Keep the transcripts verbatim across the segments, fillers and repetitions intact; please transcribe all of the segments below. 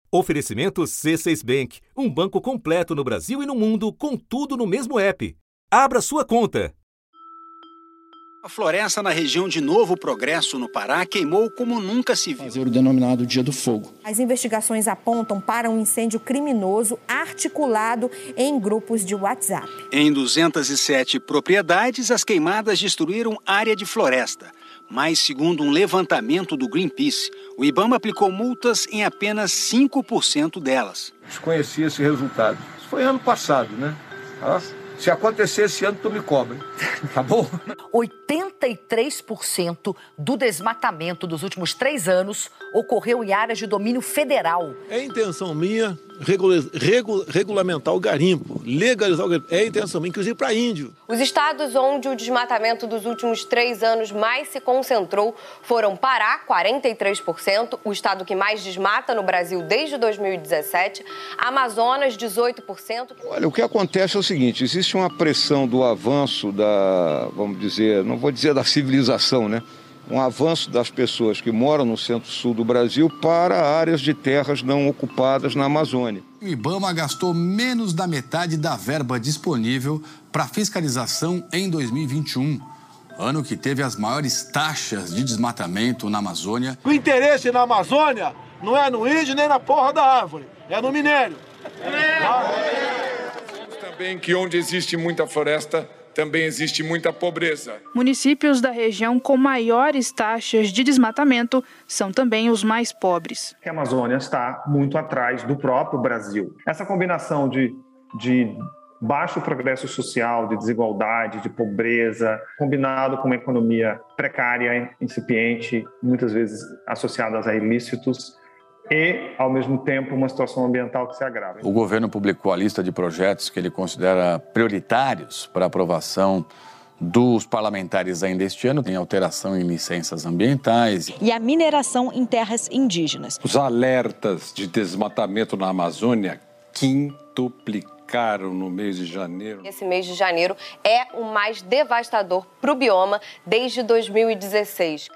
Oferecimento C seis Bank, um banco completo no Brasil e no mundo, com tudo no mesmo app. Abra sua conta. A floresta na região de Novo Progresso, no Pará, queimou como nunca se viu. Fazer o denominado Dia do Fogo. As investigações apontam para um incêndio criminoso articulado em grupos de WhatsApp. Em duzentas e sete propriedades, as queimadas destruíram área de floresta. Mas, segundo um levantamento do Greenpeace, o IBAMA aplicou multas em apenas cinco por cento delas. Desconhecia esse resultado. Isso foi ano passado, né? Nossa. Se acontecer esse ano, tu me cobra. Tá bom? oitenta e três por cento do desmatamento dos últimos três anos ocorreu em áreas de domínio federal. É intenção minha regula regula regulamentar o garimpo, legalizar o garimpo. É intenção minha, inclusive para índio. Os estados onde o desmatamento dos últimos três anos mais se concentrou foram Pará, quarenta e três por cento, o estado que mais desmata no Brasil desde dois mil e dezessete, Amazonas, dezoito por cento. Olha, o que acontece é o seguinte, existe uma pressão do avanço da, vamos dizer, não vou dizer da civilização, né? Um avanço das pessoas que moram no centro-sul do Brasil para áreas de terras não ocupadas na Amazônia. O IBAMA gastou menos da metade da verba disponível para fiscalização em dois mil e vinte e um, ano que teve as maiores taxas de desmatamento na Amazônia. O interesse na Amazônia não é no índio nem na porra da árvore, é no minério. É. Também que onde existe muita floresta, também existe muita pobreza. Municípios da região com maiores taxas de desmatamento são também os mais pobres. A Amazônia está muito atrás do próprio Brasil. Essa combinação de, de baixo progresso social, de desigualdade, de pobreza, combinado com uma economia precária, incipiente, muitas vezes associada a ilícitos, e, ao mesmo tempo, uma situação ambiental que se agrava. O governo publicou a lista de projetos que ele considera prioritários para aprovação dos parlamentares ainda este ano. Tem alteração em licenças ambientais. E a mineração em terras indígenas. Os alertas de desmatamento na Amazônia quintuplicaram no mês de janeiro. Esse mês de janeiro é o mais devastador para o bioma desde dois mil e dezesseis.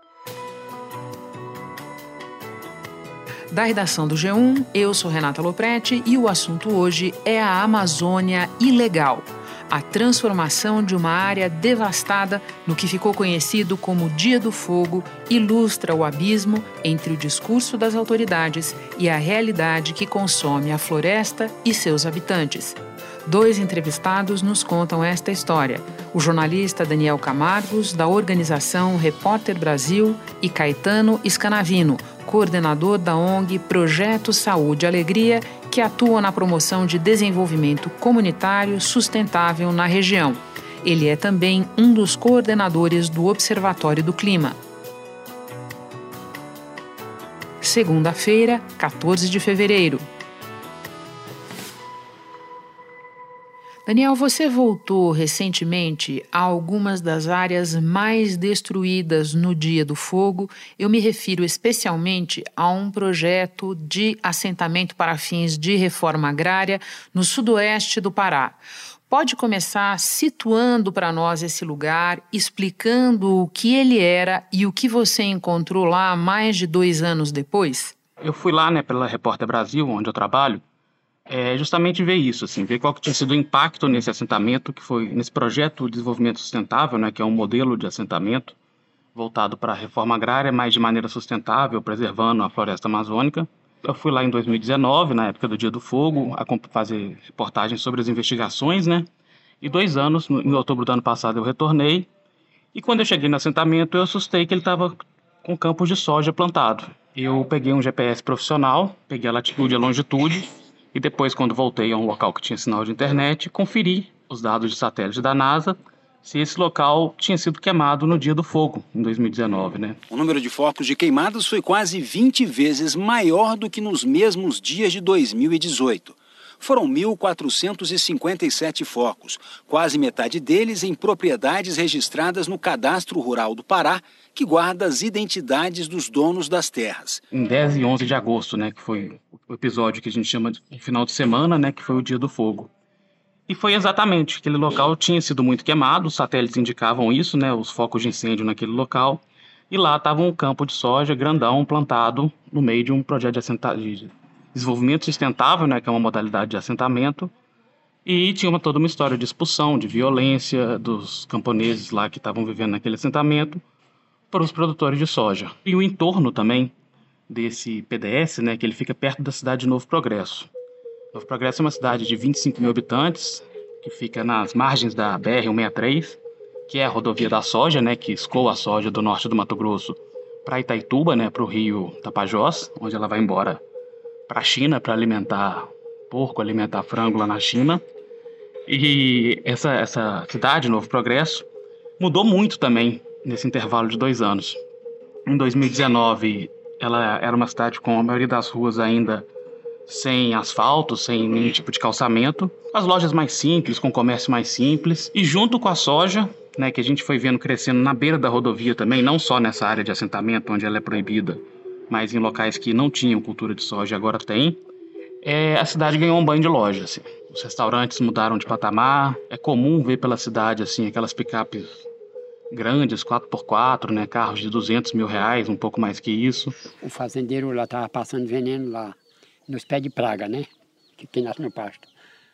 Da redação do G um, eu sou Renata Lopretti e o assunto hoje é a Amazônia Ilegal, a transformação de uma área devastada no que ficou conhecido como Dia do Fogo ilustra o abismo entre o discurso das autoridades e a realidade que consome a floresta e seus habitantes. Dois entrevistados nos contam esta história. O jornalista Daniel Camargos, da organização Repórter Brasil, e Caetano Scanavino, coordenador da O N G Projeto Saúde e Alegria, que atua na promoção de desenvolvimento comunitário sustentável na região. Ele é também um dos coordenadores do Observatório do Clima. Segunda-feira, quatorze de fevereiro. Daniel, você voltou recentemente a algumas das áreas mais destruídas no Dia do Fogo. Eu me refiro especialmente a um projeto de assentamento para fins de reforma agrária no sudoeste do Pará. Pode começar situando para nós esse lugar, explicando o que ele era e o que você encontrou lá mais de dois anos depois? Eu fui lá, né, pela Repórter Brasil, onde eu trabalho, É justamente ver isso, assim, ver qual que tinha sido o impacto nesse assentamento, que foi nesse projeto de desenvolvimento sustentável, né, que é um modelo de assentamento voltado para a reforma agrária, mas de maneira sustentável, preservando a floresta amazônica. Eu fui lá em dois mil e dezenove, na época do Dia do Fogo, a fazer reportagens sobre as investigações, né, e dois anos, em outubro do ano passado, eu retornei, e quando eu cheguei no assentamento, eu assustei que ele estava com campos de soja plantado. Eu peguei um G P S profissional, peguei a latitude e a longitude, e depois, quando voltei a um local que tinha sinal de internet, conferi os dados de satélite da NASA, se esse local tinha sido queimado no Dia do Fogo, em dois mil e dezenove, né? O número de focos de queimadas foi quase vinte vezes maior do que nos mesmos dias de dois mil e dezoito. Foram mil quatrocentos e cinquenta e sete focos, quase metade deles em propriedades registradas no Cadastro Rural do Pará, que guarda as identidades dos donos das terras. Em dez e onze de agosto, né, que foi o episódio que a gente chama de final de semana, né, que foi o Dia do Fogo. E foi exatamente, aquele local tinha sido muito queimado, os satélites indicavam isso, né, os focos de incêndio naquele local, e lá estava um campo de soja grandão plantado no meio de um projeto de, assenta... de desenvolvimento sustentável, né, que é uma modalidade de assentamento, e tinha uma, toda uma história de expulsão, de violência dos camponeses lá que estavam vivendo naquele assentamento para os produtores de soja. E o entorno também desse P D S, né, que ele fica perto da cidade de Novo Progresso. Novo Progresso é uma cidade de vinte e cinco mil habitantes, que fica nas margens da B R cento e sessenta e três, que é a rodovia da soja, né, que escoa a soja do norte do Mato Grosso para Itaituba, né, para o rio Tapajós, onde ela vai embora para a China para alimentar porco, alimentar frango lá na China. E essa, essa cidade, Novo Progresso, mudou muito também nesse intervalo de dois anos. Em dois mil e dezenove, ela era uma cidade com a maioria das ruas ainda sem asfalto, sem nenhum tipo de calçamento. As lojas mais simples, com comércio mais simples. E junto com a soja, né, que a gente foi vendo crescendo na beira da rodovia também, não só nessa área de assentamento onde ela é proibida, mas em locais que não tinham cultura de soja e agora tem, é, a cidade ganhou um banho de loja. Assim. Os restaurantes mudaram de patamar. É comum ver pela cidade assim, aquelas picapes grandes, quatro por quatro, né, carros de duzentos mil reais, um pouco mais que isso. O fazendeiro lá estava passando veneno lá, nos pés de praga, né, que, que nasce no pasto.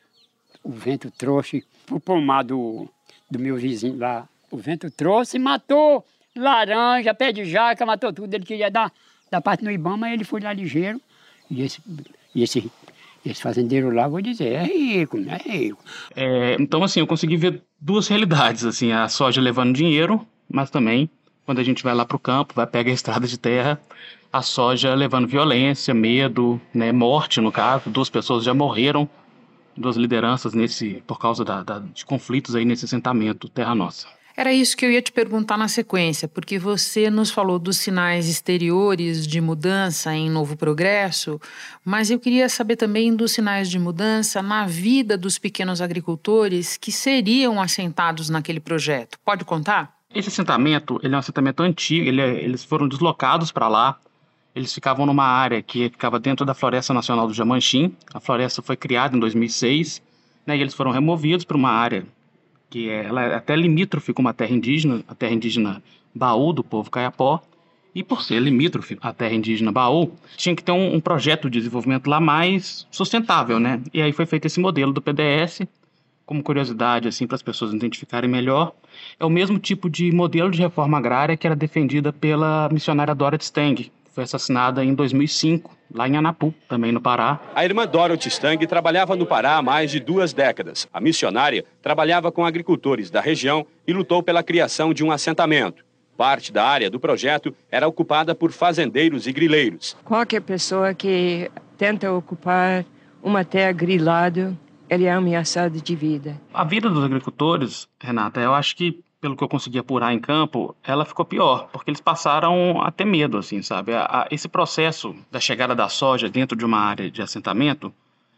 O vento trouxe pro pomar do, do meu vizinho lá. O vento trouxe e matou laranja, pé de jaca, matou tudo. Ele queria dar, dar parte no Ibama, ele foi lá ligeiro. E esse, e esse, esse fazendeiro lá, vou dizer, é rico, é rico. É, então, assim, eu consegui ver duas realidades, assim, a soja levando dinheiro, mas também, quando a gente vai lá pro campo, vai pegar a estrada de terra, a soja levando violência, medo, né, morte, no caso. Duas pessoas já morreram, duas lideranças nesse, por causa da, da, de conflitos aí nesse assentamento Terra Nossa. Era isso que eu ia te perguntar na sequência, porque você nos falou dos sinais exteriores de mudança em Novo Progresso, mas eu queria saber também dos sinais de mudança na vida dos pequenos agricultores que seriam assentados naquele projeto. Pode contar? Esse assentamento, ele é um assentamento antigo, ele é, eles foram deslocados para lá. Eles ficavam numa área que ficava dentro da Floresta Nacional do Jamanchim. A floresta foi criada em dois mil e seis, né, e eles foram removidos para uma área que é, ela é até limítrofe com uma terra indígena, a terra indígena Baú, do povo Caiapó. E por ser limítrofe à terra indígena Baú, tinha que ter um, um projeto de desenvolvimento lá mais sustentável, né? E aí foi feito esse modelo do P D S, como curiosidade, assim, para as pessoas identificarem melhor. É o mesmo tipo de modelo de reforma agrária que era defendida pela missionária Dorothy Stang. Foi assassinada em dois mil e cinco, lá em Anapu, também no Pará. A irmã Dorothy Stang trabalhava no Pará há mais de duas décadas. A missionária trabalhava com agricultores da região e lutou pela criação de um assentamento. Parte da área do projeto era ocupada por fazendeiros e grileiros. Qualquer pessoa que tenta ocupar uma terra grilada, ele é ameaçado de vida. A vida dos agricultores, Renata, eu acho que, pelo que eu consegui apurar em campo, ela ficou pior, porque eles passaram a ter medo, assim, sabe? A, a, esse processo da chegada da soja dentro de uma área de assentamento,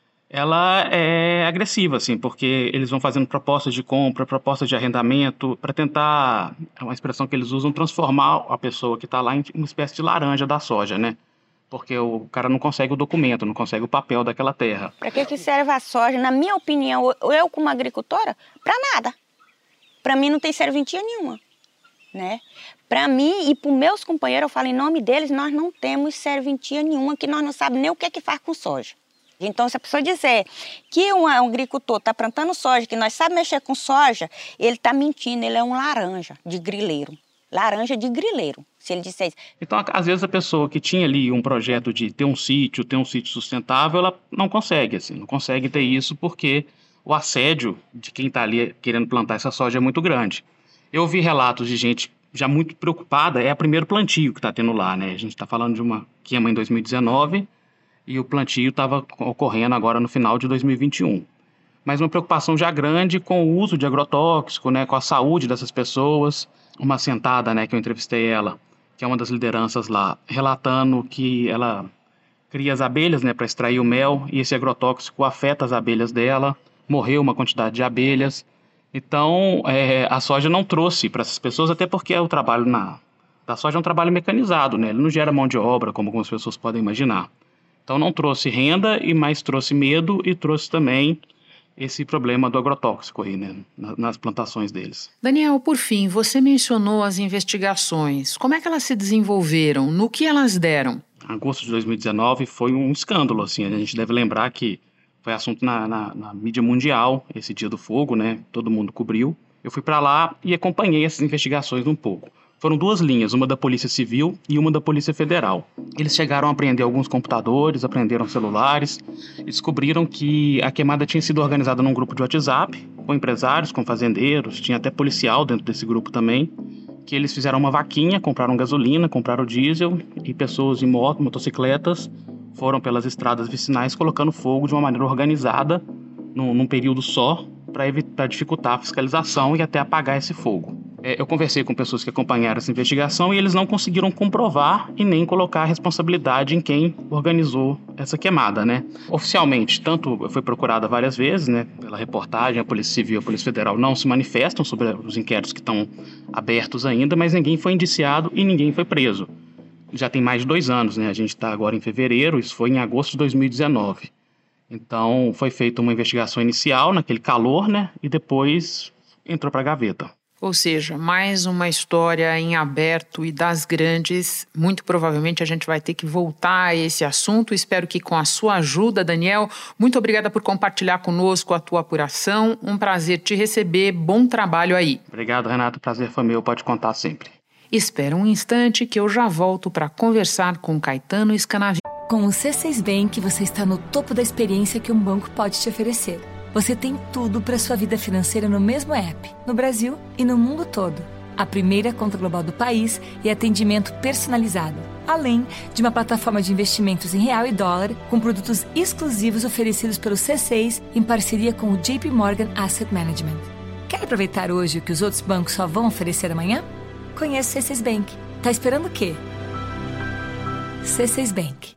ela é agressiva, assim, porque eles vão fazendo propostas de compra, propostas de arrendamento, para tentar, é uma expressão que eles usam, transformar a pessoa que está lá em uma espécie de laranja da soja, né? Porque o cara não consegue o documento, não consegue o papel daquela terra. Para que que serve a soja? Na minha opinião, eu como agricultora, para nada. Para mim não tem serventia nenhuma, né? Para mim e para os meus companheiros, eu falo em nome deles, nós não temos serventia nenhuma, que nós não sabemos nem o que é que faz com soja. Então, se a pessoa dizer que um agricultor está plantando soja, que nós sabemos mexer com soja, ele está mentindo, ele é um laranja de grileiro. Laranja de grileiro, se ele disser isso. Então, às vezes a pessoa que tinha ali um projeto de ter um sítio, ter um sítio sustentável, ela não consegue, assim, não consegue ter isso porque o assédio de quem está ali querendo plantar essa soja é muito grande. Eu ouvi relatos de gente já muito preocupada, é o primeiro plantio que está tendo lá, né? A gente está falando de uma queima em dois mil e dezenove e o plantio estava ocorrendo agora no final de dois mil e vinte e um. Mas uma preocupação já grande com o uso de agrotóxico, né? Com a saúde dessas pessoas. Uma assentada, né, que eu entrevistei ela, que é uma das lideranças lá, relatando que ela cria as abelhas, né, para extrair o mel, e esse agrotóxico afeta as abelhas dela. Morreu uma quantidade de abelhas. Então, é, a soja não trouxe para essas pessoas, até porque o trabalho na, da soja é um trabalho mecanizado, né? Ele não gera mão de obra, como algumas pessoas podem imaginar. Então, não trouxe renda, e mais trouxe medo e trouxe também esse problema do agrotóxico aí, né? Nas plantações deles. Daniel, por fim, você mencionou as investigações. Como é que elas se desenvolveram? No que elas deram? agosto de dois mil e dezenove foi um escândalo, assim, a gente deve lembrar que foi assunto na, na, na mídia mundial, esse dia do fogo, né, todo mundo cobriu. Eu fui para lá e acompanhei essas investigações um pouco. Foram duas linhas, uma da Polícia Civil e uma da Polícia Federal. Eles chegaram a apreender alguns computadores, apreenderam celulares e descobriram que a queimada tinha sido organizada num grupo de WhatsApp, com empresários, com fazendeiros, tinha até policial dentro desse grupo também, que eles fizeram uma vaquinha, compraram gasolina, compraram diesel e pessoas em moto, motocicletas foram pelas estradas vicinais colocando fogo de uma maneira organizada num, num período só para evitar dificultar a fiscalização e até apagar esse fogo. É, eu conversei com pessoas que acompanharam essa investigação e eles não conseguiram comprovar e nem colocar a responsabilidade em quem organizou essa queimada, né? Oficialmente, tanto foi procurada várias vezes, né, pela reportagem, a Polícia Civil e a Polícia Federal não se manifestam sobre os inquéritos que estão abertos ainda, mas ninguém foi indiciado e ninguém foi preso. Já tem mais de dois anos, né? A gente está agora em fevereiro, isso foi em agosto de dois mil e dezenove. Então, foi feita uma investigação inicial, naquele calor, né? E depois entrou para a gaveta. Ou seja, mais uma história em aberto e das grandes. Muito provavelmente a gente vai ter que voltar a esse assunto. Espero que com a sua ajuda, Daniel. Muito obrigada por compartilhar conosco a tua apuração. Um prazer te receber. Bom trabalho aí. Obrigado, Renato. Prazer foi meu. Pode contar sempre. Espera um instante que eu já volto para conversar com Caetano Scanavini. Com o C seis Bank, você está no topo da experiência que um banco pode te oferecer. Você tem tudo para sua vida financeira no mesmo app, no Brasil e no mundo todo. A primeira conta global do país e atendimento personalizado. Além de uma plataforma de investimentos em real e dólar, com produtos exclusivos oferecidos pelo C seis em parceria com o J P Morgan Asset Management. Quer aproveitar hoje o que os outros bancos só vão oferecer amanhã? Conheça o C seis Bank. Tá esperando o quê? C seis Bank.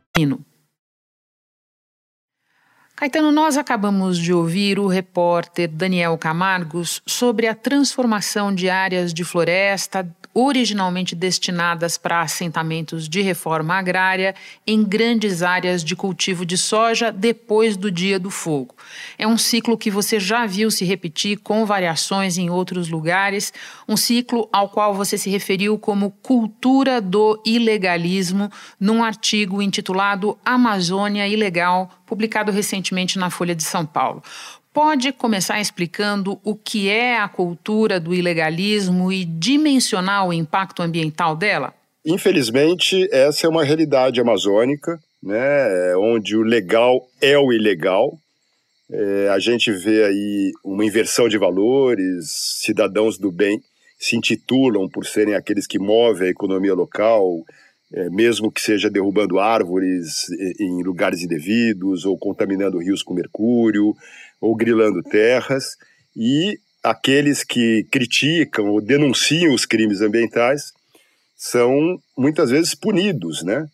Caetano, nós acabamos de ouvir o repórter Daniel Camargos sobre a transformação de áreas de floresta originalmente destinadas para assentamentos de reforma agrária em grandes áreas de cultivo de soja depois do Dia do Fogo. É um ciclo que você já viu se repetir com variações em outros lugares, um ciclo ao qual você se referiu como cultura do ilegalismo num artigo intitulado Amazônia Ilegal, publicado recentemente na Folha de São Paulo. Pode começar explicando o que é a cultura do ilegalismo e dimensionar o impacto ambiental dela? Infelizmente, essa é uma realidade amazônica, né, onde o legal é o ilegal. É, a gente vê aí uma inversão de valores, cidadãos do bem se intitulam por serem aqueles que movem a economia local, é, mesmo que seja derrubando árvores em lugares indevidos, ou contaminando rios com mercúrio, ou grilando terras, e aqueles que criticam ou denunciam os crimes ambientais são muitas vezes punidos, né?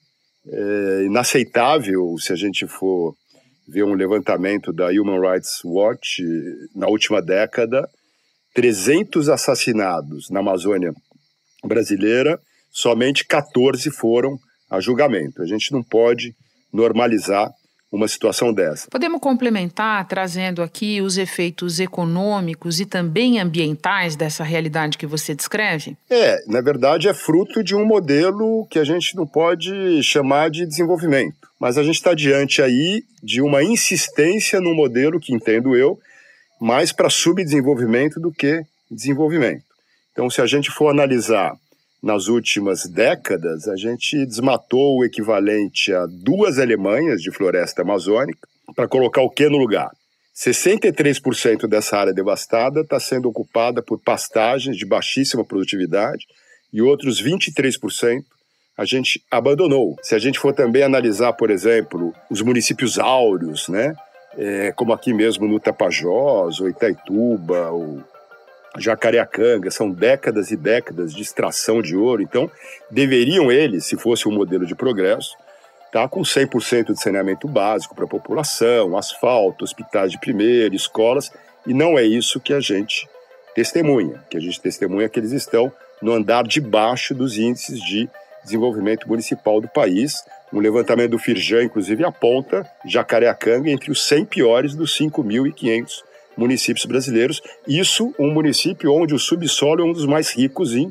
É inaceitável, se a gente for ver um levantamento da Human Rights Watch, na última década, trezentos assassinados na Amazônia brasileira, somente quatorze foram a julgamento. A gente não pode normalizar uma situação dessa. Podemos complementar trazendo aqui os efeitos econômicos e também ambientais dessa realidade que você descreve? É, na verdade é fruto de um modelo que a gente não pode chamar de desenvolvimento, mas a gente está diante aí de uma insistência no modelo que, entendo eu, mais para subdesenvolvimento do que desenvolvimento. Então, se a gente for analisar nas últimas décadas, a gente desmatou o equivalente a duas Alemanhas de floresta amazônica para colocar o que no lugar? sessenta e três por cento dessa área devastada está sendo ocupada por pastagens de baixíssima produtividade e outros vinte e três por cento a gente abandonou. Se a gente for também analisar, por exemplo, os municípios áureos, né? É, como aqui mesmo no Tapajós, ou Itaituba, ou Jacareacanga, são décadas e décadas de extração de ouro, então deveriam eles, se fosse um modelo de progresso, estar com cem por cento de saneamento básico para a população, asfalto, hospitais de primeira, escolas, e não é isso que a gente testemunha, que a gente testemunha que eles estão no andar de baixo dos índices de desenvolvimento municipal do país. Um levantamento do Firjan, inclusive, aponta Jacareacanga entre os cem piores dos cinco mil e quinhentos municípios brasileiros. Isso um município onde o subsolo é um dos mais ricos em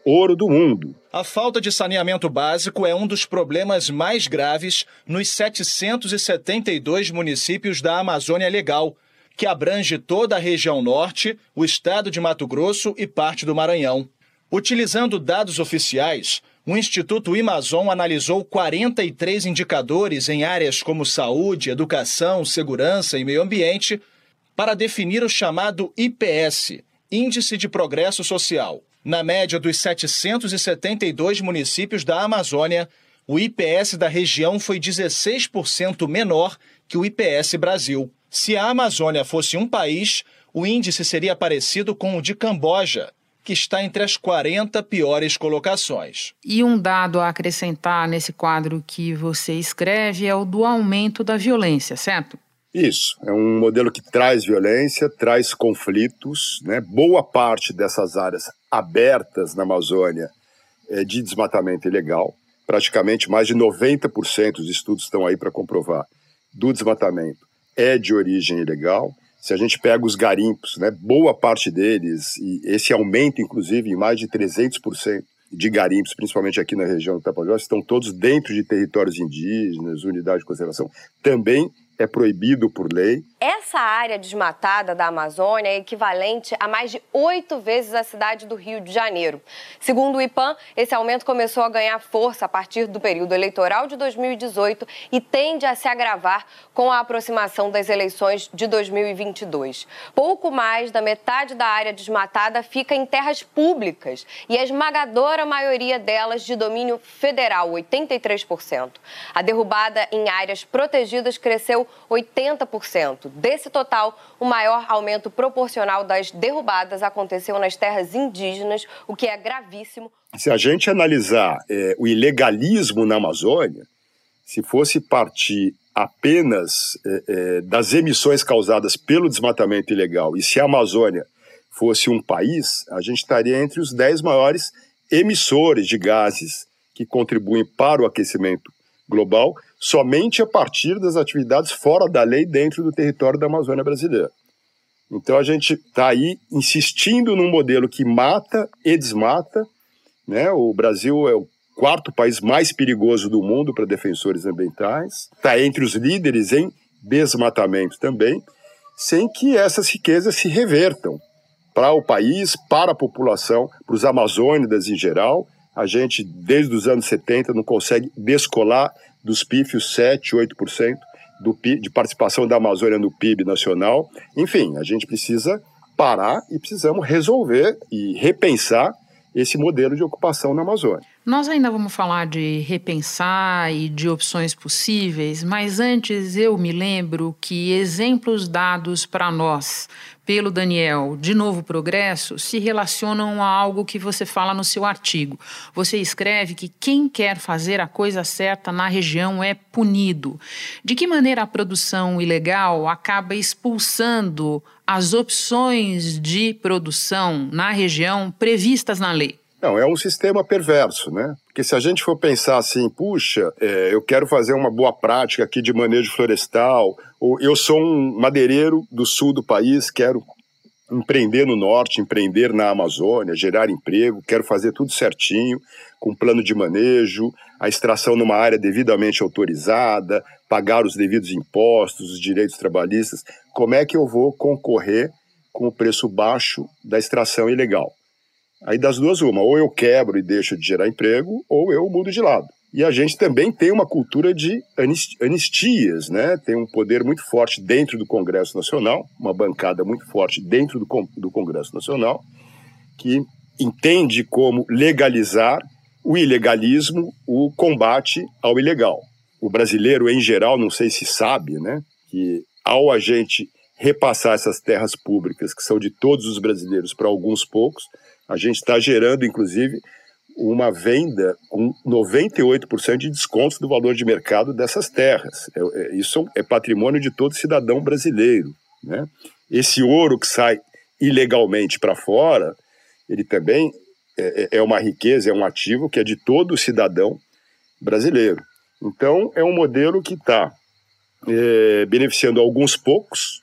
ouro do mundo. A falta de saneamento básico é um dos problemas mais graves nos setecentos e setenta e dois municípios da Amazônia Legal, que abrange toda a região norte, o estado de Mato Grosso e parte do Maranhão. Utilizando dados oficiais, o Instituto Imazon analisou quarenta e três indicadores em áreas como saúde, educação, segurança e meio ambiente para definir o chamado I P S, Índice de Progresso Social. Na média dos setecentos e setenta e dois municípios da Amazônia, o I P S da região foi dezesseis por cento menor que o I P S Brasil. Se a Amazônia fosse um país, o índice seria parecido com o de Camboja, que está entre as quarenta piores colocações. E um dado a acrescentar nesse quadro que você escreve é o do aumento da violência, certo? Isso, é um modelo que traz violência, traz conflitos, né? Boa parte dessas áreas abertas na Amazônia é de desmatamento ilegal, praticamente mais de noventa por cento, os estudos estão aí para comprovar, do desmatamento é de origem ilegal. Se a gente pega os garimpos, né, boa parte deles, e esse aumento, inclusive, em mais de trezentos por cento de garimpos, principalmente aqui na região do Tapajós, estão todos dentro de territórios indígenas, unidade de conservação, também é proibido por lei. Essa área desmatada da Amazônia é equivalente a mais de oito vezes a cidade do Rio de Janeiro. Segundo o IPAM, esse aumento começou a ganhar força a partir do período eleitoral de dois mil e dezoito e tende a se agravar com a aproximação das eleições de dois mil e vinte e dois. Pouco mais da metade da área desmatada fica em terras públicas e a esmagadora maioria delas de domínio federal, oitenta e três por cento. A derrubada em áreas protegidas cresceu oitenta por cento. Desse total, o maior aumento proporcional das derrubadas aconteceu nas terras indígenas, o que é gravíssimo. Se a gente analisar é, o ilegalismo na Amazônia, se fosse partir apenas é, é, das emissões causadas pelo desmatamento ilegal, e se a Amazônia fosse um país, a gente estaria entre os dez maiores emissores de gases que contribuem para o aquecimento global, somente a partir das atividades fora da lei dentro do território da Amazônia brasileira. Então a gente está aí insistindo num modelo que mata e desmata, né? O Brasil é o quarto país mais perigoso do mundo para defensores ambientais, está entre os líderes em desmatamento também, sem que essas riquezas se revertam para o país, para a população, para os amazônidas em geral. A gente, desde os anos setenta, não consegue descolar dos pífios sete, oito por cento do P I B, de participação da Amazônia no P I B nacional. Enfim, a gente precisa parar e precisamos resolver e repensar esse modelo de ocupação na Amazônia. Nós ainda vamos falar de repensar e de opções possíveis, mas antes eu me lembro que exemplos dados para nós pelo Daniel de Novo Progresso se relacionam a algo que você fala no seu artigo. Você escreve que quem quer fazer a coisa certa na região é punido. De que maneira a produção ilegal acaba expulsando as opções de produção na região previstas na lei? Não, é um sistema perverso, né? Porque se a gente for pensar assim, puxa, é, eu quero fazer uma boa prática aqui de manejo florestal, ou eu sou um madeireiro do sul do país, quero empreender no norte, empreender na Amazônia, gerar emprego, quero fazer tudo certinho, com plano de manejo, a extração numa área devidamente autorizada, pagar os devidos impostos, os direitos trabalhistas. Como é que eu vou concorrer com o preço baixo da extração ilegal? Aí das duas uma, ou eu quebro e deixo de gerar emprego, ou eu mudo de lado. E a gente também tem uma cultura de anistias, né? Tem um poder muito forte dentro do Congresso Nacional, uma bancada muito forte dentro do, do Congresso Nacional, que entende como legalizar o ilegalismo, o combate ao ilegal. O brasileiro, em geral, não sei se sabe, né? Que ao a gente repassar essas terras públicas, que são de todos os brasileiros, para alguns poucos, a gente está gerando, inclusive, uma venda com noventa e oito por cento de descontos do valor de mercado dessas terras. É, é, isso é patrimônio de todo cidadão brasileiro, né? Esse ouro que sai ilegalmente para fora, ele também é, é uma riqueza, é um ativo que é de todo cidadão brasileiro. Então, é um modelo que está é, beneficiando alguns poucos,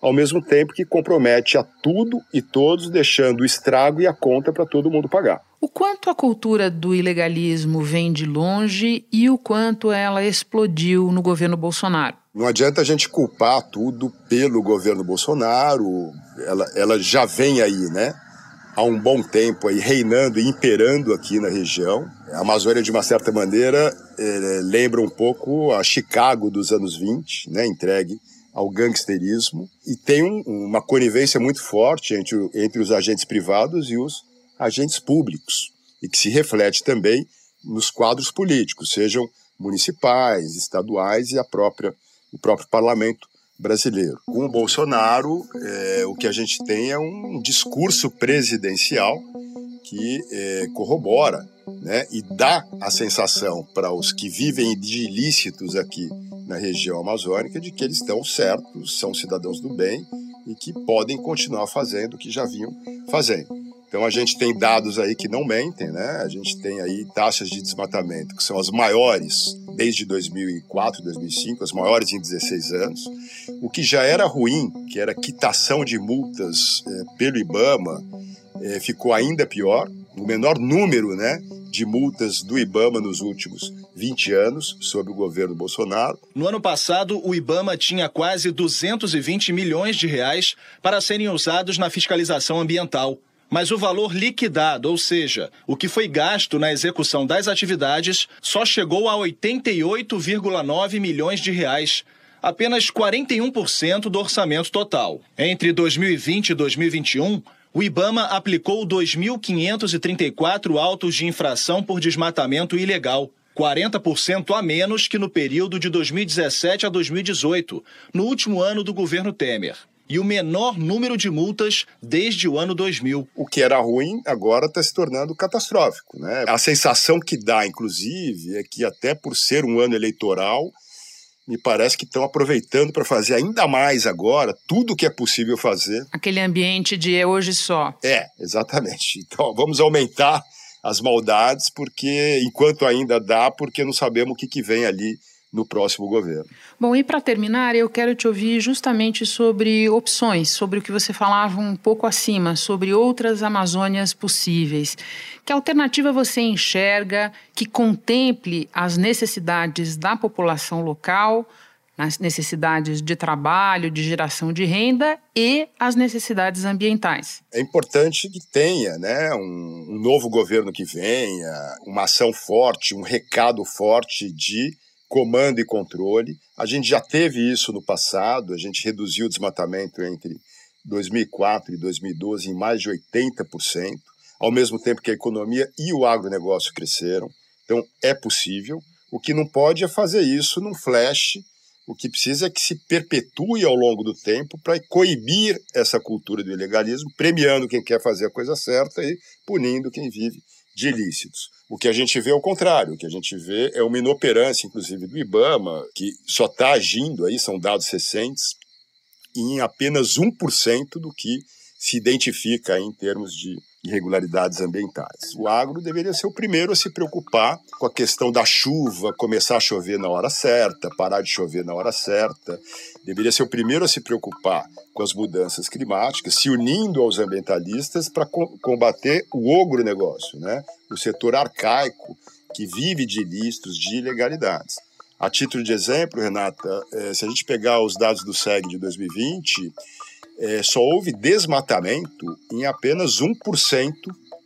ao mesmo tempo que compromete a tudo e todos, deixando o estrago e a conta para todo mundo pagar. O quanto a cultura do ilegalismo vem de longe e o quanto ela explodiu no governo Bolsonaro? Não adianta a gente culpar tudo pelo governo Bolsonaro, ela, ela já vem aí, né? Há um bom tempo aí reinando e imperando aqui na região. A Amazônia, de uma certa maneira, é, lembra um pouco a Chicago dos anos vinte, né? Entregue ao gangsterismo, e tem um, uma conivência muito forte entre, entre os agentes privados e os agentes públicos, e que se reflete também nos quadros políticos, sejam municipais, estaduais e a própria, o próprio parlamento brasileiro. Com o Bolsonaro, é, o que a gente tem é um discurso presidencial que é, corrobora, né, e dá a sensação para os que vivem de ilícitos aqui na região amazônica de que eles estão certos, são cidadãos do bem e que podem continuar fazendo o que já vinham fazendo. Então a gente tem dados aí que não mentem, né? A gente tem aí taxas de desmatamento que são as maiores desde dois mil e quatro, dois mil e cinco, as maiores em dezesseis anos. O que já era ruim, que era quitação de multas é, pelo IBAMA, é, ficou ainda pior. O menor número, né, de multas do IBAMA nos últimos vinte anos, sob o governo Bolsonaro. No ano passado, o IBAMA tinha quase duzentos e vinte milhões de reais para serem usados na fiscalização ambiental. Mas o valor liquidado, ou seja, o que foi gasto na execução das atividades, só chegou a oitenta e oito vírgula nove milhões de reais, apenas quarenta e um por cento do orçamento total. Entre dois mil e vinte e dois mil e vinte e um, o IBAMA aplicou dois mil quinhentos e trinta e quatro autos de infração por desmatamento ilegal, quarenta por cento a menos que no período de dois mil e dezessete a dois mil e dezoito, no último ano do governo Temer. E o menor número de multas desde o ano dois mil. O que era ruim agora está se tornando catastrófico, né? A sensação que dá, inclusive, é que até por ser um ano eleitoral, me parece que estão aproveitando para fazer ainda mais agora tudo o que é possível fazer. Aquele ambiente de é hoje só. É, exatamente. Então vamos aumentar as maldades, porque enquanto ainda dá, porque não sabemos o que, que vem ali no próximo governo. Bom, e para terminar, eu quero te ouvir justamente sobre opções, sobre o que você falava um pouco acima, sobre outras Amazônias possíveis. Que alternativa você enxerga que contemple as necessidades da população local, as necessidades de trabalho, de geração de renda e as necessidades ambientais? É importante que tenha, né, um, um novo governo que venha, uma ação forte, um recado forte de comando e controle. A gente já teve isso no passado, a gente reduziu o desmatamento entre dois mil e quatro e dois mil e doze em mais de oitenta por cento, ao mesmo tempo que a economia e o agronegócio cresceram. Então, é possível. O que não pode é fazer isso num flash. O que precisa é que se perpetue ao longo do tempo para coibir essa cultura do ilegalismo, premiando quem quer fazer a coisa certa e punindo quem vive de ilícitos. O que a gente vê é o contrário, o que a gente vê é uma inoperância, inclusive, do IBAMA, que só está agindo, aí são dados recentes, em apenas um por cento do que se identifica aí em termos de irregularidades ambientais. O agro deveria ser o primeiro a se preocupar com a questão da chuva, começar a chover na hora certa, parar de chover na hora certa. Deveria ser o primeiro a se preocupar com as mudanças climáticas, se unindo aos ambientalistas para combater o agronegócio, né? O setor arcaico que vive de ilícitos, de ilegalidades. A título de exemplo, Renata, se a gente pegar os dados do S E G de dois mil e vinte, É, só houve desmatamento em apenas um por cento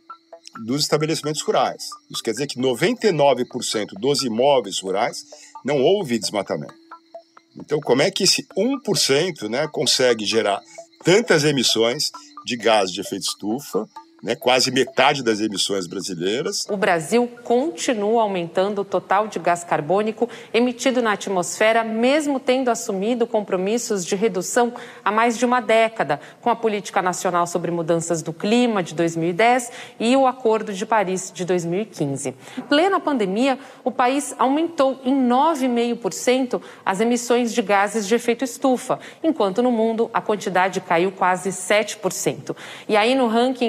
dos estabelecimentos rurais. Isso quer dizer que noventa e nove por cento dos imóveis rurais não houve desmatamento. Então, como é que esse um por cento, né, consegue gerar tantas emissões de gás de efeito estufa, né, quase metade das emissões brasileiras? O Brasil continua aumentando o total de gás carbônico emitido na atmosfera, mesmo tendo assumido compromissos de redução há mais de uma década, com a Política Nacional sobre Mudanças do Clima, de dois mil e dez, e o Acordo de Paris, de dois mil e quinze. Em plena pandemia, o país aumentou em nove vírgula cinco por cento as emissões de gases de efeito estufa, enquanto no mundo a quantidade caiu quase sete por cento. E aí, no ranking dos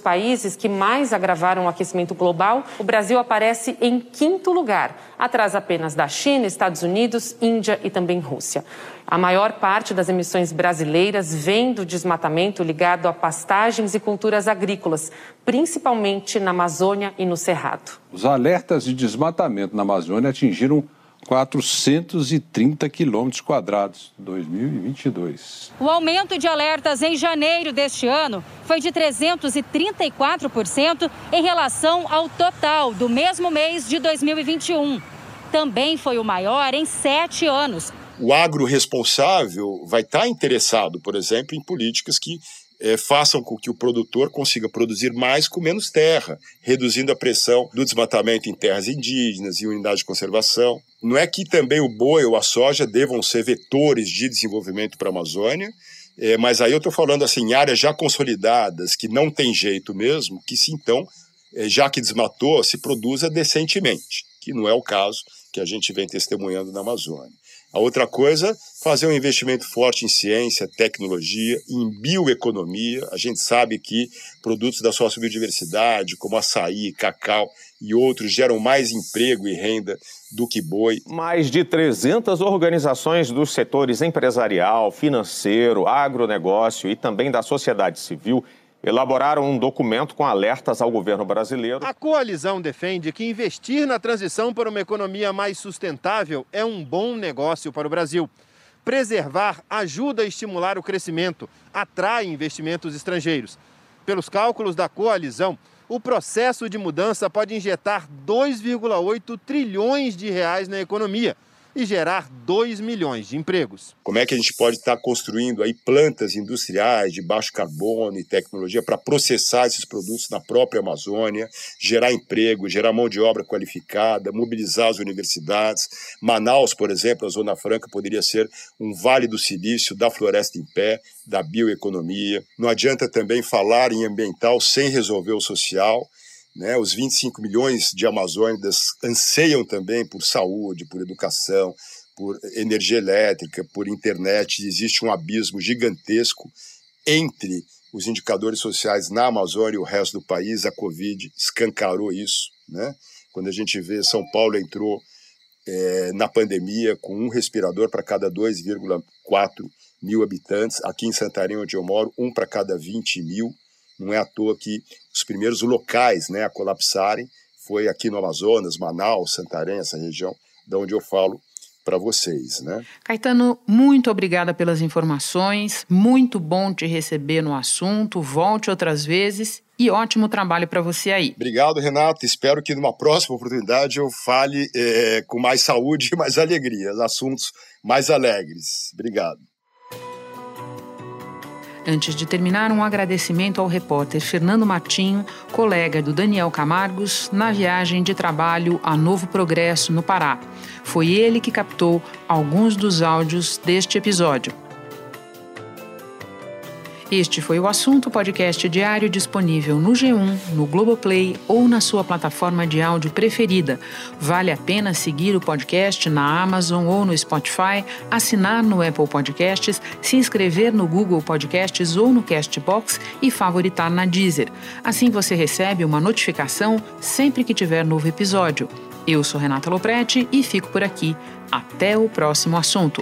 países que mais agravaram o aquecimento global, o Brasil aparece em quinto lugar, atrás apenas da China, Estados Unidos, Índia e também Rússia. A maior parte das emissões brasileiras vem do desmatamento ligado a pastagens e culturas agrícolas, principalmente na Amazônia e no Cerrado. Os alertas de desmatamento na Amazônia atingiram quatrocentos e trinta quilômetros quadrados em dois mil e vinte e dois. O aumento de alertas em janeiro deste ano foi de trezentos e trinta e quatro por cento em relação ao total do mesmo mês de dois mil e vinte e um. Também foi o maior em sete anos. O agro responsável vai estar interessado, por exemplo, em políticas que é, façam com que o produtor consiga produzir mais com menos terra, reduzindo a pressão do desmatamento em terras indígenas e unidades de conservação. Não é que também o boi ou a soja devam ser vetores de desenvolvimento para a Amazônia, é, mas aí eu estou falando assim, em áreas já consolidadas, que não tem jeito mesmo, que se então, é, já que desmatou, se produza decentemente, que não é o caso que a gente vem testemunhando na Amazônia. A outra coisa, fazer um investimento forte em ciência, tecnologia, em bioeconomia. A gente sabe que produtos da sociobiodiversidade, como açaí, cacau e outros, geram mais emprego e renda do que boi. Mais de trezentas organizações dos setores empresarial, financeiro, agronegócio e também da sociedade civil elaboraram um documento com alertas ao governo brasileiro. A coalizão defende que investir na transição para uma economia mais sustentável é um bom negócio para o Brasil. Preservar ajuda a estimular o crescimento, atrai investimentos estrangeiros. Pelos cálculos da coalizão, o processo de mudança pode injetar dois vírgula oito trilhões de reais na economia e gerar dois milhões de empregos. Como é que a gente pode estar construindo aí plantas industriais de baixo carbono e tecnologia para processar esses produtos na própria Amazônia, gerar emprego, gerar mão de obra qualificada, mobilizar as universidades. Manaus, por exemplo, a Zona Franca poderia ser um vale do silício da floresta em pé, da bioeconomia. Não adianta também falar em ambiental sem resolver o social. Né, os vinte e cinco milhões de amazônidas anseiam também por saúde, por educação, por energia elétrica, por internet. Existe um abismo gigantesco entre os indicadores sociais na Amazônia e o resto do país. A Covid escancarou isso. Né? Quando a gente vê São Paulo entrou é, na pandemia com um respirador para cada dois vírgula quatro mil habitantes. Aqui em Santarém, onde eu moro, um para cada vinte mil. Não é à toa que os primeiros locais, né, a colapsarem foi aqui no Amazonas, Manaus, Santarém, essa região de onde eu falo para vocês. Né? Caetano, muito obrigada pelas informações, muito bom te receber no assunto, volte outras vezes e ótimo trabalho para você aí. Obrigado, Renato, espero que numa próxima oportunidade eu fale é, com mais saúde e mais alegria, assuntos mais alegres. Obrigado. Antes de terminar, um agradecimento ao repórter Fernando Martinho, colega do Daniel Camargos, na viagem de trabalho a Novo Progresso, no Pará. Foi ele que captou alguns dos áudios deste episódio. Este foi o Assunto, podcast diário disponível no G um, no Globoplay ou na sua plataforma de áudio preferida. Vale a pena seguir o podcast na Amazon ou no Spotify, assinar no Apple Podcasts, se inscrever no Google Podcasts ou no Castbox e favoritar na Deezer. Assim você recebe uma notificação sempre que tiver novo episódio. Eu sou Renata Loprete e fico por aqui. Até o próximo assunto.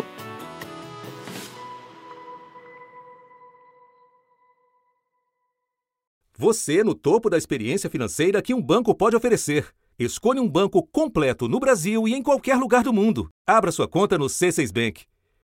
Você no topo da experiência financeira que um banco pode oferecer. Escolha um banco completo no Brasil e em qualquer lugar do mundo. Abra sua conta no C seis Bank.